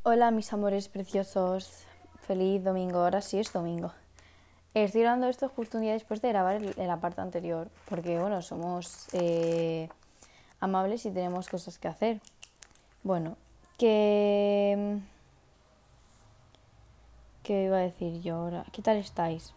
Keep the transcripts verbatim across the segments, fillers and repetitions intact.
Hola mis amores preciosos, feliz domingo, ahora sí es domingo. Estoy grabando esto justo un día después de grabar el, el parte anterior, porque bueno, somos eh, amables y tenemos cosas que hacer. Bueno, que... ¿Qué iba a decir yo ahora? ¿Qué tal estáis?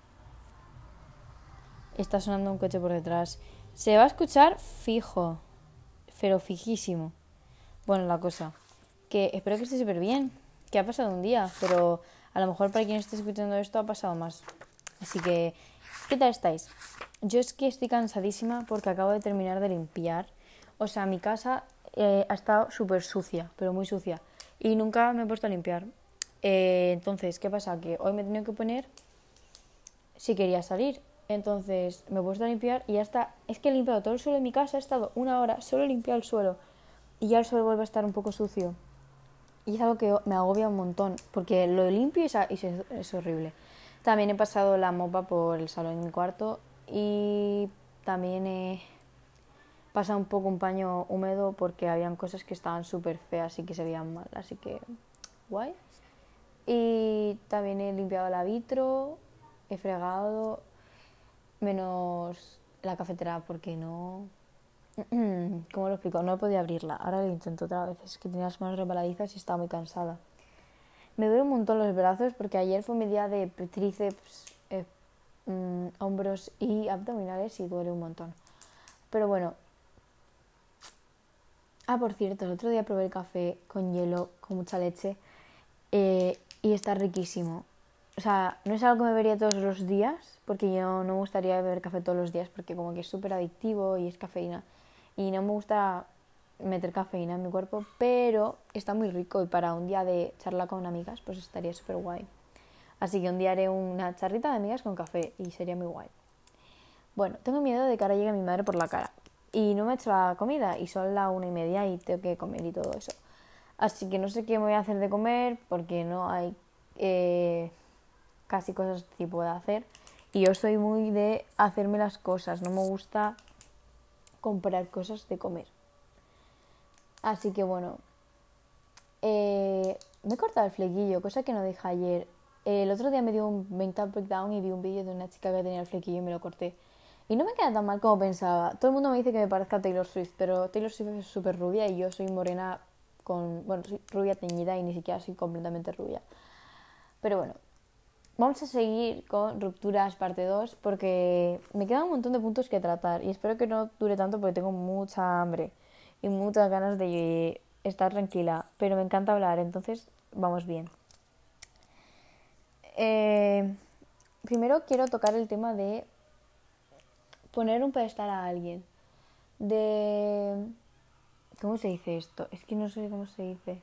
Está sonando un coche por detrás. Se va a escuchar fijo, pero fijísimo. Bueno, la cosa, que espero que esté súper bien, que ha pasado un día, pero a lo mejor para quien esté escuchando esto ha pasado más. Así que, ¿qué tal estáis? Yo es que estoy cansadísima porque acabo de terminar de limpiar. O sea, mi casa eh, ha estado súper sucia, pero muy sucia. Y nunca me he puesto a limpiar. Eh, entonces, ¿qué pasa? Que hoy me he tenido que poner si quería salir. Entonces me he puesto a limpiar y ya está. Es que he limpiado todo el suelo de mi casa, he estado una hora, solo he limpiado el suelo. Y ya el suelo vuelve a estar un poco sucio. Y es algo que me agobia un montón, porque lo limpio y es horrible. También he pasado la mopa por el salón de mi cuarto y también he pasado un poco un paño húmedo porque habían cosas que estaban súper feas y que se veían mal, así que guay. Y también he limpiado la vitro, he fregado, menos la cafetera porque no... ¿Cómo lo explico? No podía abrirla, ahora lo intento otra vez, es que tenía las manos resbaladizas y estaba muy cansada. Me duelen un montón los brazos porque ayer fue mi día de tríceps, eh, mmm, hombros y abdominales y duele un montón. Pero bueno. Ah, por cierto, el otro día probé el café con hielo, con mucha leche eh, y está riquísimo. O sea, no es algo que me bebería todos los días porque yo no me gustaría beber café todos los días porque como que es súper adictivo y es cafeína. Y no me gusta meter cafeína en mi cuerpo, pero está muy rico y para un día de charla con amigas pues estaría súper guay. Así que un día haré una charrita de amigas con café y sería muy guay. Bueno, tengo miedo de que ahora llegue mi madre por la cara y no me he hecho la comida y son las una y media y tengo que comer y todo eso. Así que no sé qué me voy a hacer de comer porque no hay eh, casi cosas que pueda hacer y yo soy muy de hacerme las cosas, no me gusta comprar cosas de comer. Así que bueno, eh, me he cortado el flequillo, cosa que no dije ayer. El otro día me dio un mental breakdown y vi un vídeo de una chica que tenía el flequillo y me lo corté. Y no me queda tan mal como pensaba. Todo el mundo me dice que me parezca a Taylor Swift, pero Taylor Swift es súper rubia y yo soy morena con... Bueno, soy rubia teñida y ni siquiera soy completamente rubia. Pero bueno, vamos a seguir con rupturas parte dos porque me quedan un montón de puntos que tratar y espero que no dure tanto porque tengo mucha hambre y muchas ganas de estar tranquila, pero me encanta hablar, entonces vamos bien. Eh, primero quiero tocar el tema de poner un pedestal a alguien, de... ¿Cómo se dice esto? Es que no sé cómo se dice.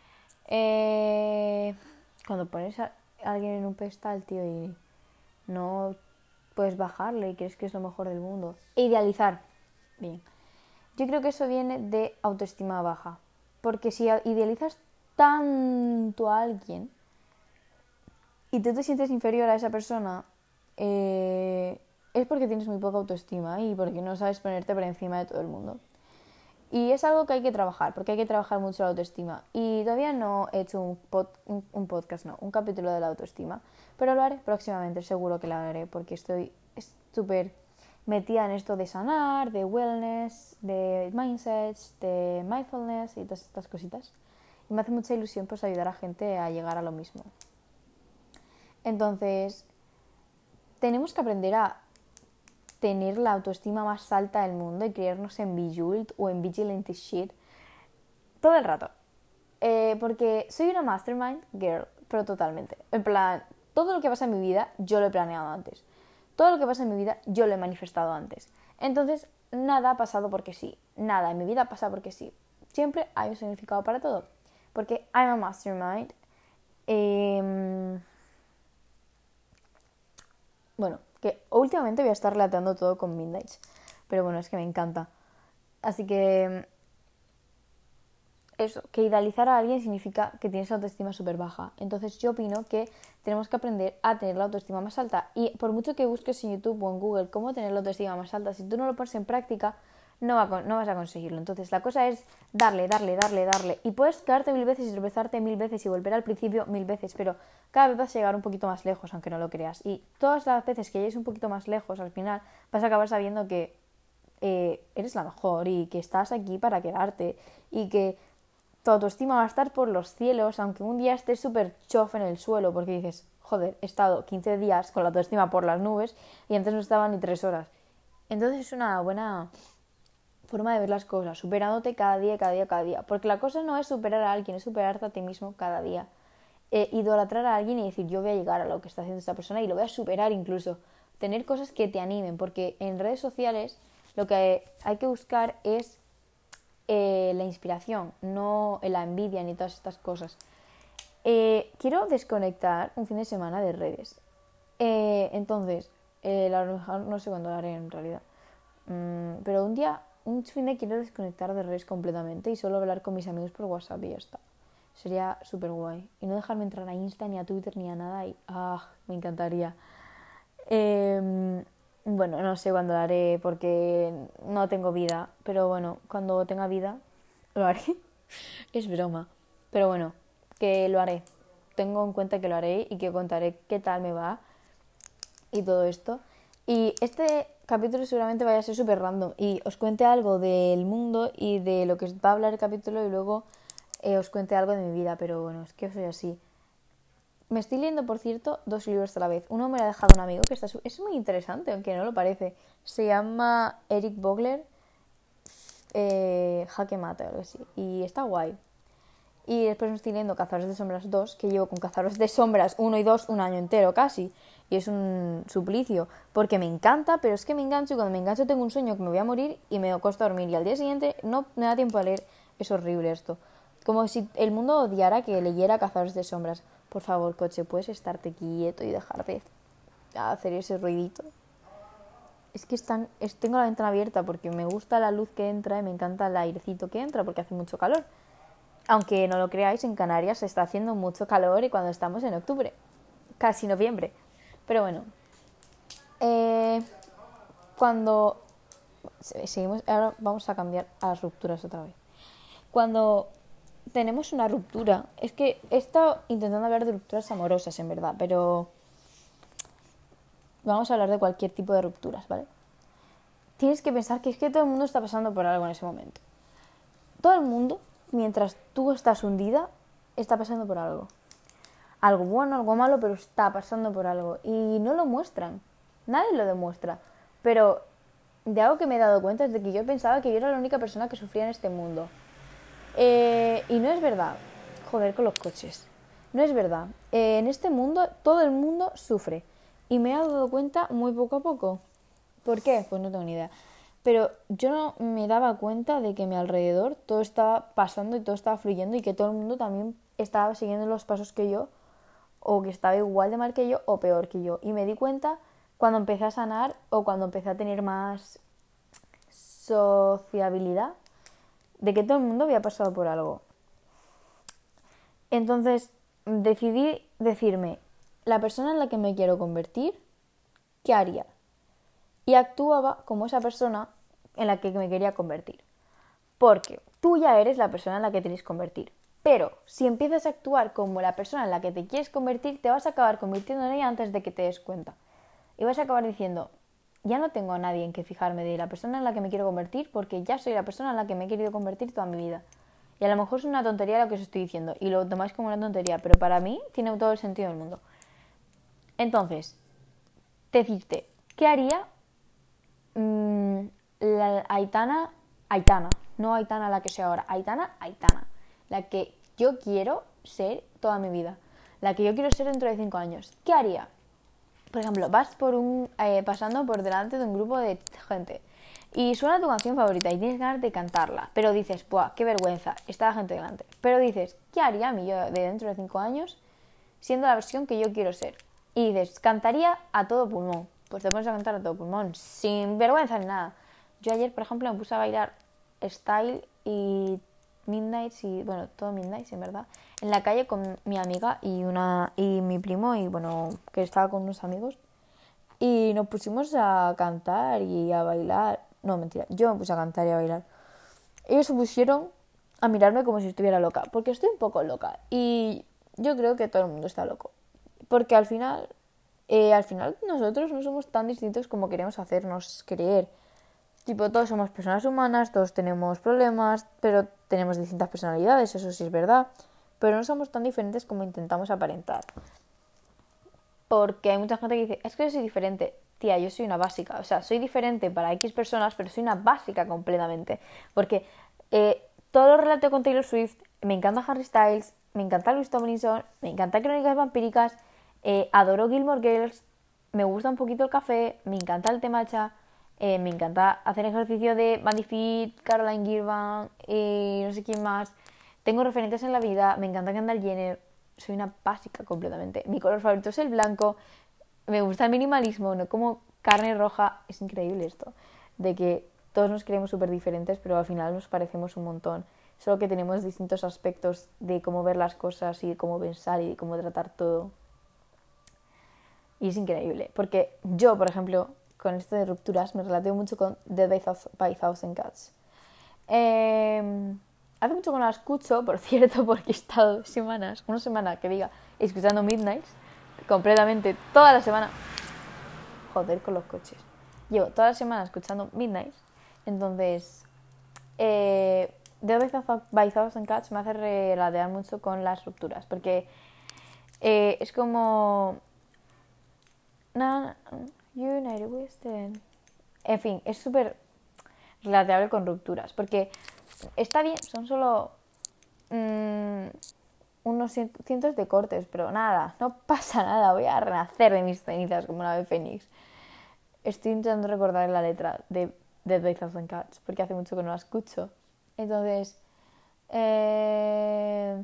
Eh, cuando pones a alguien en un pedestal, tío, y no puedes bajarle y crees que es lo mejor del mundo. Idealizar. Bien. Yo creo que eso viene de autoestima baja. Porque si idealizas tanto a alguien y tú te sientes inferior a esa persona, eh, es porque tienes muy poca autoestima y porque no sabes ponerte por encima de todo el mundo. Y es algo que hay que trabajar, porque hay que trabajar mucho la autoestima. Y todavía no he hecho un, pod, un, un podcast, no, un capítulo de la autoestima. Pero lo haré próximamente, seguro que lo haré, porque estoy súper metida en esto de sanar, de wellness, de mindsets, de mindfulness y todas estas cositas. Y me hace mucha ilusión pues ayudar a gente a llegar a lo mismo. Entonces, tenemos que aprender a tener la autoestima más alta del mundo y creernos en Bejeweled o en Vigilante Shit todo el rato. Eh, porque soy una mastermind girl, pero totalmente. En plan, todo lo que pasa en mi vida yo lo he planeado antes. Todo lo que pasa en mi vida yo lo he manifestado antes. Entonces, nada ha pasado porque sí. Nada en mi vida pasa porque sí. Siempre hay un significado para todo. Porque I'm a mastermind. Eh, bueno, que últimamente voy a estar relateando todo con Midnight. Pero bueno, es que me encanta. Así que eso, que idealizar a alguien significa que tienes la autoestima súper baja. Entonces yo opino que tenemos que aprender a tener la autoestima más alta. Y por mucho que busques en YouTube o en Google cómo tener la autoestima más alta, si tú no lo pones en práctica, no, va a, no vas a conseguirlo. Entonces la cosa es darle, darle, darle, darle. Y puedes quedarte mil veces y tropezarte mil veces y volver al principio mil veces, pero cada vez vas a llegar un poquito más lejos, aunque no lo creas. Y todas las veces que llegues un poquito más lejos, al final vas a acabar sabiendo que eh, eres la mejor y que estás aquí para quedarte y que tu autoestima va a estar por los cielos, aunque un día estés súper chof en el suelo, porque dices, joder, he estado quince días con la autoestima por las nubes y antes no estaba ni tres horas. Entonces es una buena forma de ver las cosas, superándote cada día, cada día, cada día. Porque la cosa no es superar a alguien, es superarte a ti mismo cada día. Eh, idolatrar a alguien y decir, yo voy a llegar a lo que está haciendo esta persona y lo voy a superar incluso. Tener cosas que te animen, porque en redes sociales lo que hay que buscar es eh, la inspiración, no la envidia ni todas estas cosas. Eh, quiero desconectar un fin de semana de redes. Eh, entonces, eh, la, no sé cuándo lo haré en realidad. Mm, pero un día, un fin de quiero desconectar de redes completamente y solo hablar con mis amigos por WhatsApp y ya está. Sería súper guay. Y no dejarme entrar a Insta, ni a Twitter, ni a nada. Y ah, me encantaría. Eh, bueno, no sé cuándo lo haré porque no tengo vida. Pero bueno, cuando tenga vida, lo haré. Es broma. Pero bueno, que lo haré. Tengo en cuenta que lo haré y que contaré qué tal me va y todo esto. Y este capítulo seguramente vaya a ser súper random y os cuente algo del mundo y de lo que va a hablar el capítulo y luego eh, os cuente algo de mi vida, pero bueno, es que soy así. Me estoy leyendo, por cierto, dos libros a la vez. Uno me lo ha dejado un amigo que está es muy interesante, aunque no lo parece. Se llama Eric Vogler, eh, Jaque Mate o algo así, y está guay. Y después me estoy leyendo Cazadores de Sombras dos, que llevo con Cazadores de Sombras uno y dos un año entero casi. Y es un suplicio, porque me encanta, pero es que me engancho y cuando me engancho tengo un sueño que me voy a morir y me cuesta dormir. Y al día siguiente no me da tiempo a leer. Es horrible esto. Como si el mundo odiara que leyera Cazadores de Sombras. Por favor, coche, ¿puedes estarte quieto y dejar de hacer ese ruidito? Es que están, es, tengo la ventana abierta porque me gusta la luz que entra y me encanta el airecito que entra porque hace mucho calor. Aunque no lo creáis, en Canarias se está haciendo mucho calor y cuando estamos en octubre, casi noviembre. Pero bueno, eh, cuando seguimos, ahora vamos a cambiar a las rupturas otra vez. Cuando tenemos una ruptura, es que he estado intentando hablar de rupturas amorosas en verdad, pero vamos a hablar de cualquier tipo de rupturas, ¿vale? Tienes que pensar que es que todo el mundo está pasando por algo en ese momento. Todo el mundo, mientras tú estás hundida, está pasando por algo. Algo bueno, algo malo, pero está pasando por algo. Y no lo muestran. Nadie lo demuestra. Pero de algo que me he dado cuenta es de que yo pensaba que yo era la única persona que sufría en este mundo. Eh, y no es verdad. Joder con los coches. No es verdad. Eh, en este mundo todo el mundo sufre. Y me he dado cuenta muy poco a poco. ¿Por qué? Pues no tengo ni idea. Pero yo no me daba cuenta de que a mi alrededor todo estaba pasando y todo estaba fluyendo y que todo el mundo también estaba siguiendo los pasos que yo, o que estaba igual de mal que yo o peor que yo. Y me di cuenta cuando empecé a sanar o cuando empecé a tener más sociabilidad de que todo el mundo había pasado por algo. Entonces decidí decirme, la persona en la que me quiero convertir, ¿qué haría? Y actuaba como esa persona en la que me quería convertir. Porque tú ya eres la persona en la que tienes que convertir. Pero si empiezas a actuar como la persona en la que te quieres convertir, te vas a acabar convirtiendo en ella antes de que te des cuenta. Y vas a acabar diciendo, ya no tengo a nadie en que fijarme de la persona en la que me quiero convertir porque ya soy la persona en la que me he querido convertir toda mi vida. Y a lo mejor es una tontería lo que os estoy diciendo y lo tomáis como una tontería, pero para mí tiene todo el sentido del mundo. Entonces, decirte, ¿qué haría mm, la Aitana, Aitana, no Aitana la que soy ahora, Aitana, Aitana, la que yo quiero ser toda mi vida, la que yo quiero ser dentro de cinco años? ¿Qué haría? Por ejemplo, vas por un eh, pasando por delante de un grupo de gente y suena tu canción favorita y tienes ganas de cantarla, pero dices, ¡buah, qué vergüenza! Está la gente delante. Pero dices, ¿qué haría mi yo de dentro de cinco años siendo la versión que yo quiero ser? Y dices, cantaría a todo pulmón. Pues te pones a cantar a todo pulmón, sin vergüenza ni nada. Yo ayer, por ejemplo, me puse a bailar Style y Midnights y, bueno, todo Midnights, en verdad, en la calle con mi amiga y una y mi primo y, bueno, que estaba con unos amigos. Y nos pusimos a cantar y a bailar. No, mentira, yo me puse a cantar y a bailar. Ellos se pusieron a mirarme como si estuviera loca, porque estoy un poco loca. Y yo creo que todo el mundo está loco. Porque al final, eh, al final nosotros no somos tan distintos como queremos hacernos creer. Tipo, todos somos personas humanas, todos tenemos problemas, pero tenemos distintas personalidades, eso sí es verdad. Pero no somos tan diferentes como intentamos aparentar. Porque hay mucha gente que dice, es que yo soy diferente. Tía, yo soy una básica. O sea, soy diferente para X personas, pero soy una básica completamente. Porque eh, todo lo relativo con Taylor Swift, me encanta Harry Styles, me encanta Louis Tomlinson, me encanta Crónicas Vampíricas, eh, adoro Gilmore Girls, me gusta un poquito el café, me encanta el temacha, eh, me encanta hacer ejercicio de Bandy Fit, Caroline Girvan, eh, no sé quién más. Tengo referentes en la vida, me encanta Kendall Jenner, soy una básica completamente. Mi color favorito es el blanco, me gusta el minimalismo, no como carne roja. Es increíble esto, de que todos nos creemos súper diferentes, pero al final nos parecemos un montón. Solo que tenemos distintos aspectos de cómo ver las cosas y de cómo pensar y de cómo tratar todo. Y es increíble, porque yo, por ejemplo, con esto de rupturas, me relateo mucho con Dead by Thousand Cuts. Eh, hace mucho que no la escucho, por cierto, porque he estado semanas, una semana que diga, escuchando Midnights, completamente toda la semana. Joder con los coches. Llevo toda la semana escuchando Midnights, entonces eh, Dead by Thousand Cuts me hace relatear mucho con las rupturas, porque eh, es como... No, United We Stand. En fin, es súper relateable con rupturas, porque está bien, son solo mmm, unos cientos de cortes, pero nada, no pasa nada, voy a renacer de mis cenizas como una ave fénix. Estoy intentando recordar la letra de Dead by Thousand Cuts, porque hace mucho que no la escucho. Entonces, eh...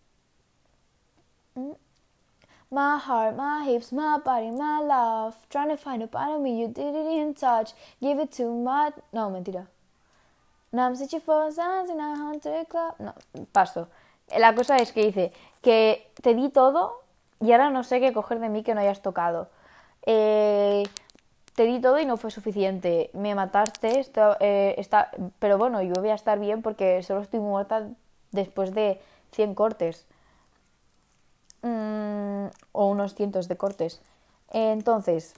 My heart, my hips, my body, my love. Trying to find a part of me you didn't touch. Give it too much. No, mentira. Now I'm searching for signs in a haunted club. No, paso. La cosa es que dice que te di todo y ahora no sé qué coger de mí que no hayas tocado. Eh, te di todo y no fue suficiente. Me mataste, esto, eh, está, pero bueno, yo voy a estar bien porque solo estoy muerta después de cien cortes. Mm, o unos cientos de cortes. Entonces,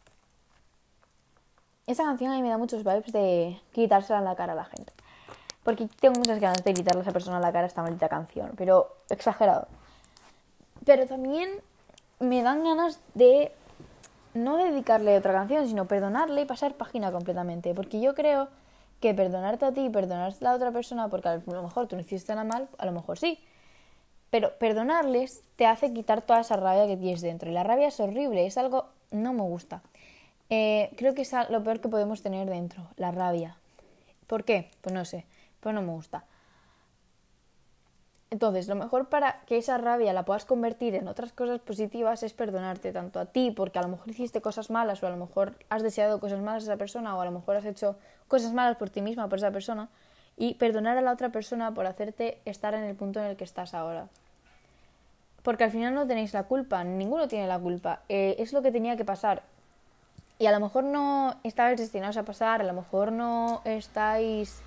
esa canción a mí me da muchos vibes de quitársela en la cara a la gente. Porque tengo muchas ganas de quitarle a esa persona en la cara esta maldita canción, pero exagerado. Pero también me dan ganas de no dedicarle otra canción, sino perdonarle y pasar página completamente. Porque yo creo que perdonarte a ti y perdonarte a la otra persona, porque a lo mejor tú no hiciste nada mal, a lo mejor sí. Pero perdonarles te hace quitar toda esa rabia que tienes dentro. Y la rabia es horrible, es algo... no me gusta. Eh, creo que es lo peor que podemos tener dentro, la rabia. ¿Por qué? Pues no sé, pues no me gusta. Entonces, lo mejor para que esa rabia la puedas convertir en otras cosas positivas es perdonarte tanto a ti, porque a lo mejor hiciste cosas malas, o a lo mejor has deseado cosas malas a esa persona, o a lo mejor has hecho cosas malas por ti misma, por esa persona, y perdonar a la otra persona por hacerte estar en el punto en el que estás ahora. Porque al final no tenéis la culpa, ninguno tiene la culpa, eh, es lo que tenía que pasar. Y a lo mejor no estáis destinados a pasar, a lo mejor no estáis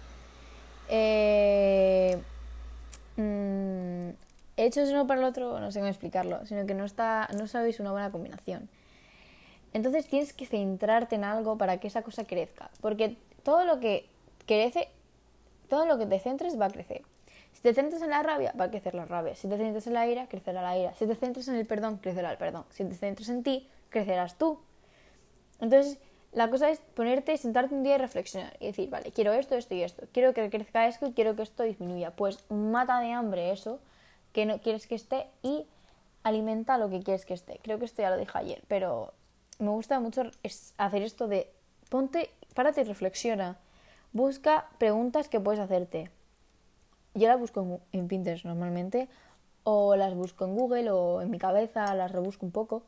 eh, mmm, hechos uno para el otro, no sé cómo explicarlo, sino que no, está, no sabéis una buena combinación. Entonces tienes que centrarte en algo para que esa cosa crezca, porque todo lo que crece, todo lo que te centres va a crecer. Si te centras en la rabia, va a crecer la rabia. Si te centras en la ira, crecerá la ira. Si te centras en el perdón, crecerá el perdón. Si te centras en ti, crecerás tú. Entonces, la cosa es ponerte, sentarte un día y reflexionar. Y decir, vale, quiero esto, esto y esto. Quiero que crezca esto y quiero que esto disminuya. Pues mata de hambre eso que no quieres que esté y alimenta lo que quieres que esté. Creo que esto ya lo dije ayer, pero me gusta mucho hacer esto de ponte, párate y reflexiona. Busca preguntas que puedes hacerte. Yo las busco en Pinterest normalmente, o las busco en Google, o en mi cabeza las rebusco un poco.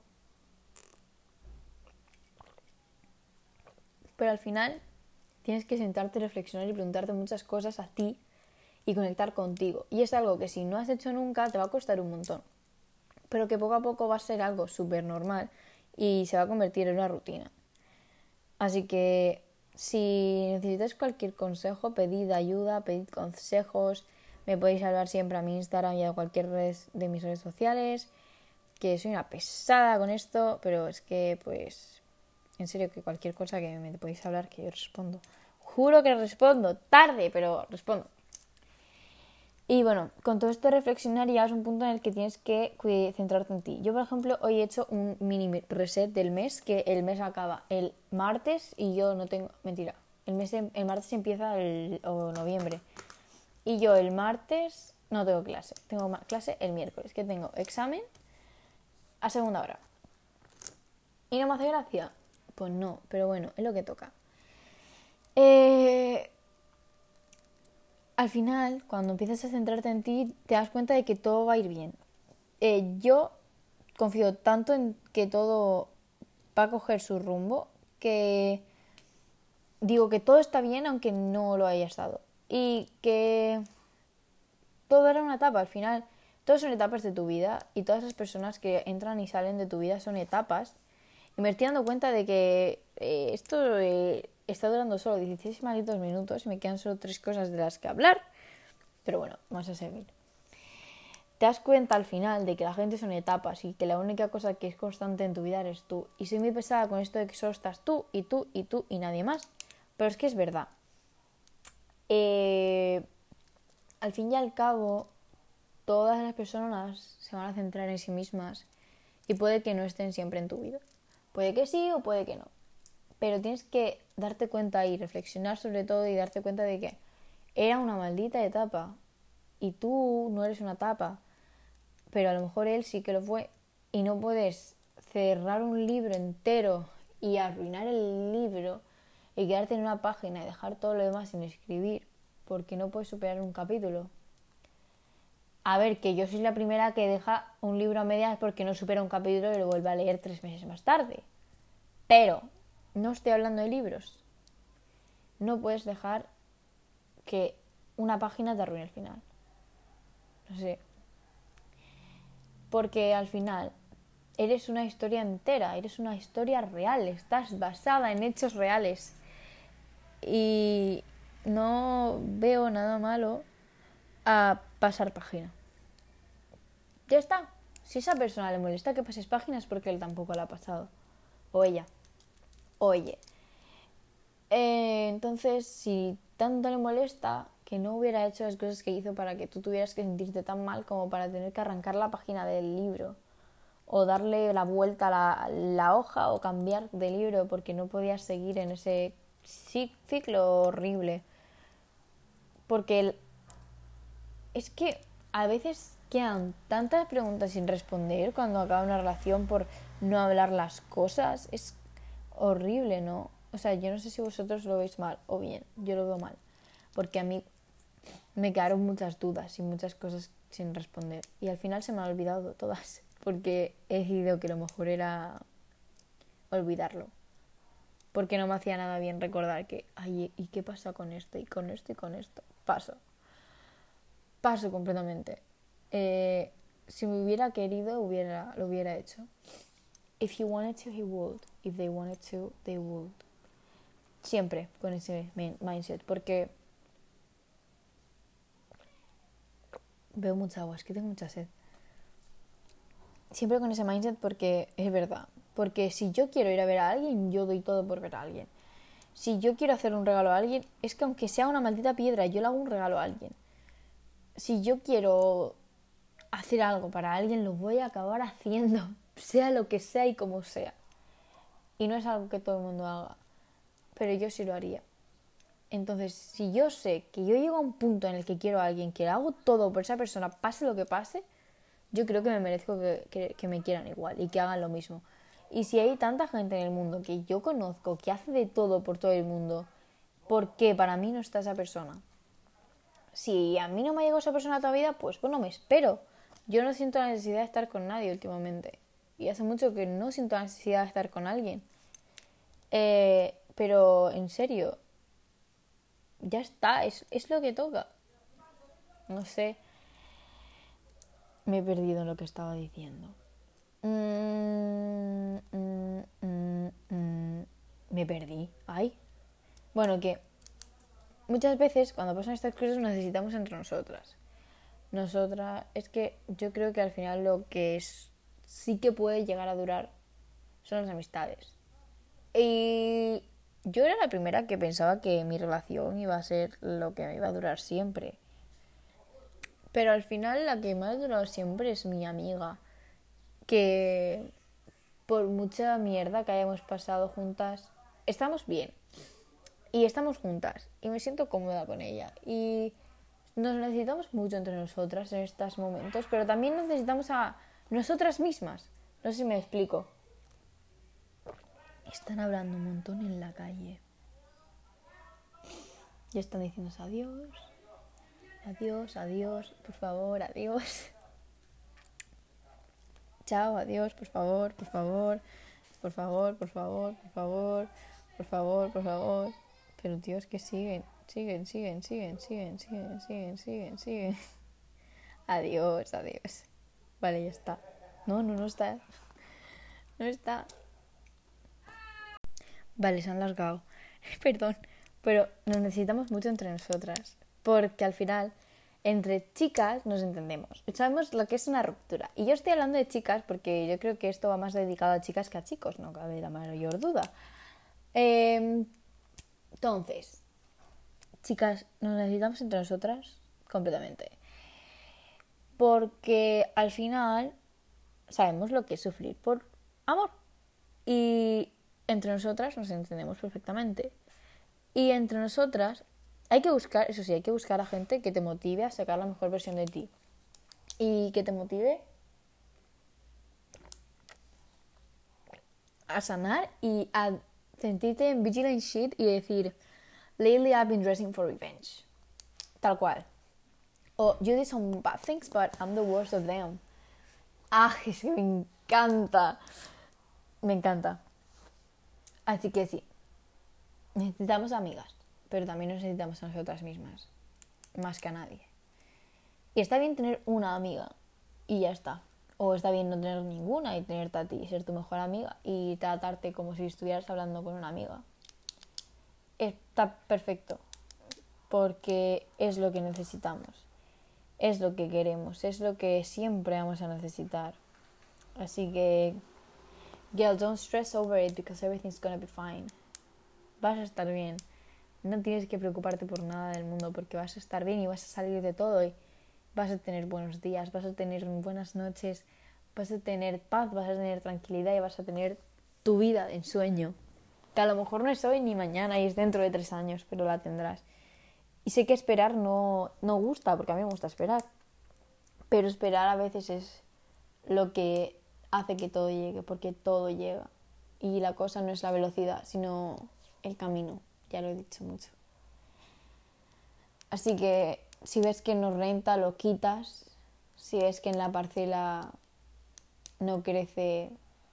Pero al final tienes que sentarte, reflexionar y preguntarte muchas cosas a ti y conectar contigo. Y es algo que si no has hecho nunca te va a costar un montón, pero que poco a poco va a ser algo súper normal y se va a convertir en una rutina. Así que Si necesitáis cualquier consejo, pedid ayuda, pedid consejos. Me podéis hablar siempre a mi Instagram y a cualquier red de mis redes sociales. Que soy una pesada con esto, pero es que, pues, en serio, que cualquier cosa que me podéis hablar, que yo respondo. Juro que respondo, tarde, pero respondo. Y bueno, con todo esto de reflexionar ya es un punto en el que tienes que centrarte en ti. Yo, por ejemplo, hoy he hecho un mini reset del mes, que el mes acaba el martes y yo no tengo... Mentira, el, mes, el martes empieza el o noviembre. Y yo el martes no tengo clase, tengo clase el miércoles, que tengo examen a segunda hora. ¿Y no me hace gracia? Pues no, pero bueno, es lo que toca. Eh... Al final, cuando empiezas a centrarte en ti, te das cuenta de que todo va a ir bien. Eh, yo confío tanto en que todo va a coger su rumbo que digo que todo está bien aunque no lo haya estado. Y que todo era una etapa. Al final, todas son etapas de tu vida y todas las personas que entran y salen de tu vida son etapas. Y me estoy dando cuenta de que eh, esto eh, está durando solo dieciséis malditos minutos y me quedan solo tres cosas de las que hablar. Pero bueno, vamos a seguir. Te das cuenta al final de que la gente son etapas y que la única cosa que es constante en tu vida eres tú. Y soy muy pesada con esto de que solo estás tú y tú y tú y nadie más. Pero es que es verdad. Eh, al fin y al cabo, todas las personas se van a centrar en sí mismas y puede que no estén siempre en tu vida. Puede que sí o puede que no. Pero tienes que darte cuenta y reflexionar sobre todo y darte cuenta de que era una maldita etapa y tú no eres una etapa, pero a lo mejor él sí que lo fue y no puedes cerrar un libro entero y arruinar el libro y quedarte en una página y dejar todo lo demás sin escribir porque no puedes superar un capítulo. A ver, que yo soy la primera que deja un libro a medias porque no supera un capítulo y lo vuelve a leer tres meses más tarde. Pero no estoy hablando de libros. No puedes dejar que una página te arruine el final. No sé. Porque al final eres una historia entera, eres una historia real, estás basada en hechos reales. Y no veo nada malo a pasar página. Ya está. Si a esa persona le molesta que pases páginas, porque él tampoco la ha pasado. O ella. Oye. Eh, entonces, si tanto le molesta, que no hubiera hecho las cosas que hizo para que tú tuvieras que sentirte tan mal como para tener que arrancar la página del libro. O darle la vuelta a la, la hoja o cambiar de libro porque no podías seguir en ese ciclo horrible. Porque el... es que a veces quedan tantas preguntas sin responder cuando acaba una relación por no hablar las cosas. Es horrible, ¿no? O sea, yo no sé si vosotros lo veis mal o bien. Yo lo veo mal. Porque a mí me quedaron muchas dudas y muchas cosas sin responder. Y al final se me han olvidado todas. Porque he decidido que lo mejor era olvidarlo. Porque no me hacía nada bien recordar que, ay, ¿y qué pasa con esto? Y con esto y con esto. Paso. Paso completamente. Eh, si me hubiera querido, hubiera, lo hubiera hecho. If he wanted to, he would. If they wanted to, they would. Siempre con ese mindset. Porque veo mucha agua, es que tengo mucha sed. Siempre con ese mindset porque es verdad. Porque si yo quiero ir a ver a alguien, yo doy todo por ver a alguien. Si yo quiero hacer un regalo a alguien, es que aunque sea una maldita piedra, yo le hago un regalo a alguien. Si yo quiero hacer algo para alguien, lo voy a acabar haciendo, sea lo que sea y como sea. Y no es algo que todo el mundo haga, pero yo sí lo haría. Entonces, si yo sé que yo llego a un punto en el que quiero a alguien, que hago todo por esa persona, pase lo que pase, yo creo que me merezco que, que, que me quieran igual y que hagan lo mismo. Y si hay tanta gente en el mundo que yo conozco, que hace de todo por todo el mundo, ¿por qué para mí no está esa persona? Si a mí no me ha llegado esa persona a toda vida, pues bueno, me espero. Yo no siento la necesidad de estar con nadie últimamente. Y hace mucho que no siento la necesidad de estar con alguien. Eh, pero, en serio, ya está, es, es lo que toca. No sé, me he perdido en lo que estaba diciendo. Mm, mm, mm, mm, me perdí. Ay, Bueno, que muchas veces cuando pasan estas cosas necesitamos entre nosotras. Nosotras, es que yo creo que al final lo que es, sí que puede llegar a durar son las amistades. Y yo era la primera que pensaba que mi relación iba a ser lo que me iba a durar siempre. Pero al final la que me ha durado siempre es mi amiga. Que por mucha mierda que hayamos pasado juntas, estamos bien. Y estamos juntas. Y me siento cómoda con ella. Y nos necesitamos mucho entre nosotras en estos momentos. Pero también necesitamos a nosotras mismas. No sé si me explico. Están hablando un montón en la calle. Ya están diciéndose adiós. Adiós, adiós, por favor, adiós. Chao, adiós, por favor, por favor. Por favor, por favor, por favor. Por favor, por favor. Pero tíos, que siguen, siguen, siguen, siguen, siguen, siguen, siguen, siguen, siguen. Adiós, adiós. Vale, ya está. No, no, no está. No está. Vale, se han largado. Perdón. Pero nos necesitamos mucho entre nosotras. Porque al final, entre chicas nos entendemos. Sabemos lo que es una ruptura. Y yo estoy hablando de chicas porque yo creo que esto va más dedicado a chicas que a chicos. No cabe la mayor duda. Eh, entonces, chicas, nos necesitamos entre nosotras completamente. Porque al final sabemos lo que es sufrir por amor. Y entre nosotras nos entendemos perfectamente. Y entre nosotras hay que buscar, eso sí, hay que buscar a gente que te motive a sacar la mejor versión de ti. Y que te motive a sanar y a sentirte en vigilant shit y decir, lately I've been dressing for revenge. Tal cual. O you did some bad things, but I'm the worst of them. Ah, es que me encanta. Me encanta. Así que sí. Necesitamos amigas, pero también nos necesitamos a nosotras mismas. Más que a nadie. Y está bien tener una amiga y ya está. O está bien no tener ninguna y tenerte a ti, ser tu mejor amiga y tratarte como si estuvieras hablando con una amiga. Está perfecto. Porque es lo que necesitamos. Es lo que queremos. Es lo que siempre vamos a necesitar. Así que, girl, don't stress over it because everything's gonna be fine. Vas a estar bien. No tienes que preocuparte por nada del mundo porque vas a estar bien y vas a salir de todo y vas a tener buenos días, vas a tener buenas noches, vas a tener paz, vas a tener tranquilidad y vas a tener tu vida de ensueño. Que a lo mejor no es hoy ni mañana y es dentro de tres años, pero la tendrás. Y sé que esperar no, no gusta, porque a mí me gusta esperar. Pero esperar a veces es lo que hace que todo llegue, porque todo llega. Y la cosa no es la velocidad, sino el camino. Ya lo he dicho mucho. Así que si ves que no renta, lo quitas. Si ves que en la parcela no crece,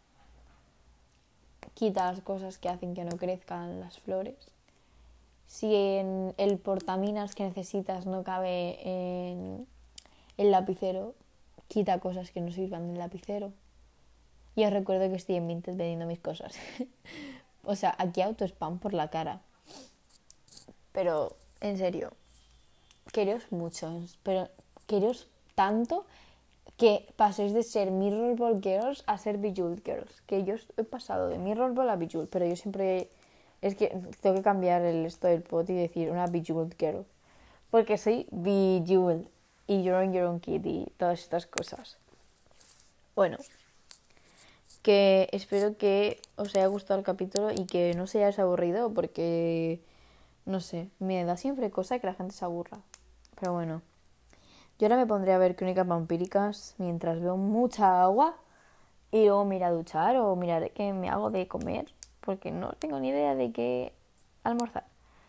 quita las cosas que hacen que no crezcan las flores. Si en el portaminas que necesitas no cabe en el lapicero, quita cosas que no sirvan del lapicero. Y os recuerdo que estoy en Vinted vendiendo mis cosas. O sea, aquí auto-spam por la cara. Pero, en serio, quereos mucho, pero quereos tanto que paséis de ser Mirrorball Girls a ser Bejeweled Girls. Que yo he pasado de Mirrorball a Bejeweled, pero yo siempre... Es que tengo que cambiar el esto del pot y decir una Bejeweled Girl. Porque soy Bejeweled y You're on Your Own Kid y todas estas cosas. Bueno, que espero que os haya gustado el capítulo y que no se hayáis aburrido porque, no sé, me da siempre cosa que la gente se aburra. Pero bueno, yo ahora me pondré a ver Crónicas Vampíricas mientras veo mucha agua y luego me iré a duchar o miraré qué me hago de comer porque no tengo ni idea de qué almorzar.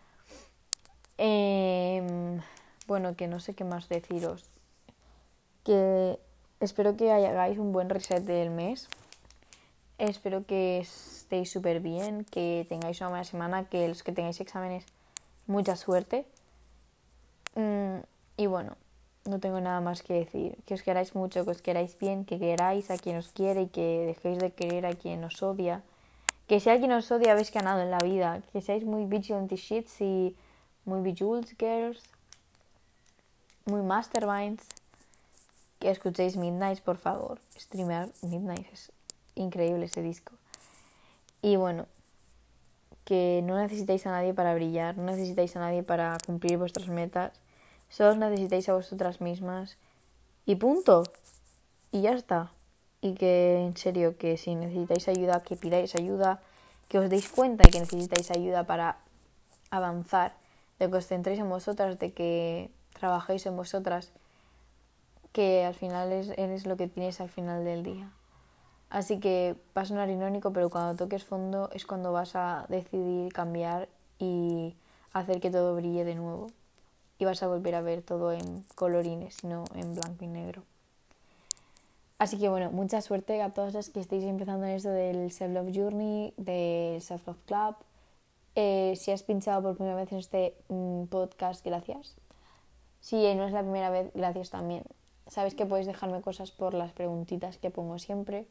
Eh, bueno, que no sé qué más deciros. Que espero que hagáis un buen reset del mes. Espero que estéis súper bien, que tengáis una buena semana, que los que tengáis exámenes, mucha suerte. Mm, y bueno, no tengo nada más que decir. Que os queráis mucho, que os queráis bien, que queráis a quien os quiere y que dejéis de querer a quien os odia. Que si alguien os odia habéis ganado en la vida. Que seáis muy vigilante shits y muy bejeweled girls. Muy masterminds. Que escuchéis Midnight, por favor. Streamear Midnight es increíble ese disco. Y bueno, que no necesitáis a nadie para brillar, no necesitáis a nadie para cumplir vuestras metas, solo os necesitáis a vosotras mismas y punto. Y ya está. Y que en serio, que si necesitáis ayuda, que pidáis ayuda, que os deis cuenta de que necesitáis ayuda para avanzar, de que os centréis en vosotras, de que trabajéis en vosotras, que al final es, eres lo que tienes al final del día. Así que va a sonar irónico, pero cuando toques fondo es cuando vas a decidir cambiar y hacer que todo brille de nuevo. Y vas a volver a ver todo en colorines, no en blanco y negro. Así que bueno, mucha suerte a todas las que estéis empezando en esto del Self-Love Journey, del Self-Love Club. Eh, si has pinchado por primera vez en este mmm, podcast, gracias. Si no es la primera vez, gracias también. Sabes que podéis dejarme cosas por las preguntitas que pongo siempre.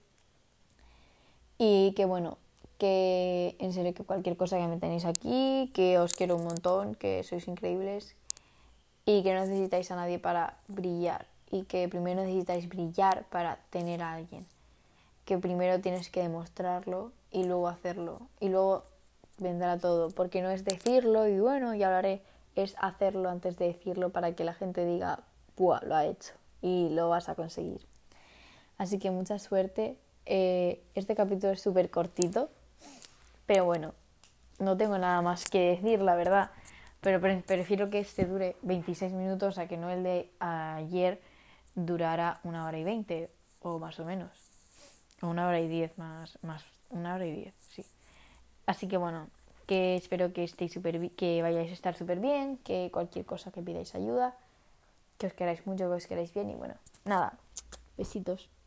Y que bueno, que en serio que cualquier cosa que me tenéis aquí, que os quiero un montón, que sois increíbles y que no necesitáis a nadie para brillar y que primero necesitáis brillar para tener a alguien. Que primero tienes que demostrarlo y luego hacerlo y luego vendrá todo, porque no es decirlo y bueno, ya lo haré, es hacerlo antes de decirlo para que la gente diga, ¡buah, lo ha hecho! Y lo vas a conseguir. Así que mucha suerte. Eh, este capítulo es súper cortito, pero bueno, no tengo nada más que decir, la verdad. Pero pre- prefiero que este dure veintiséis minutos a que no el de ayer durara una hora y veinte, o más o menos. O una hora y diez, más, más una hora y diez, sí. Así que bueno, que espero que estéis super bi- que vayáis a estar súper bien, que cualquier cosa que pidáis ayuda, que os queráis mucho, que os queráis bien y bueno, nada, besitos.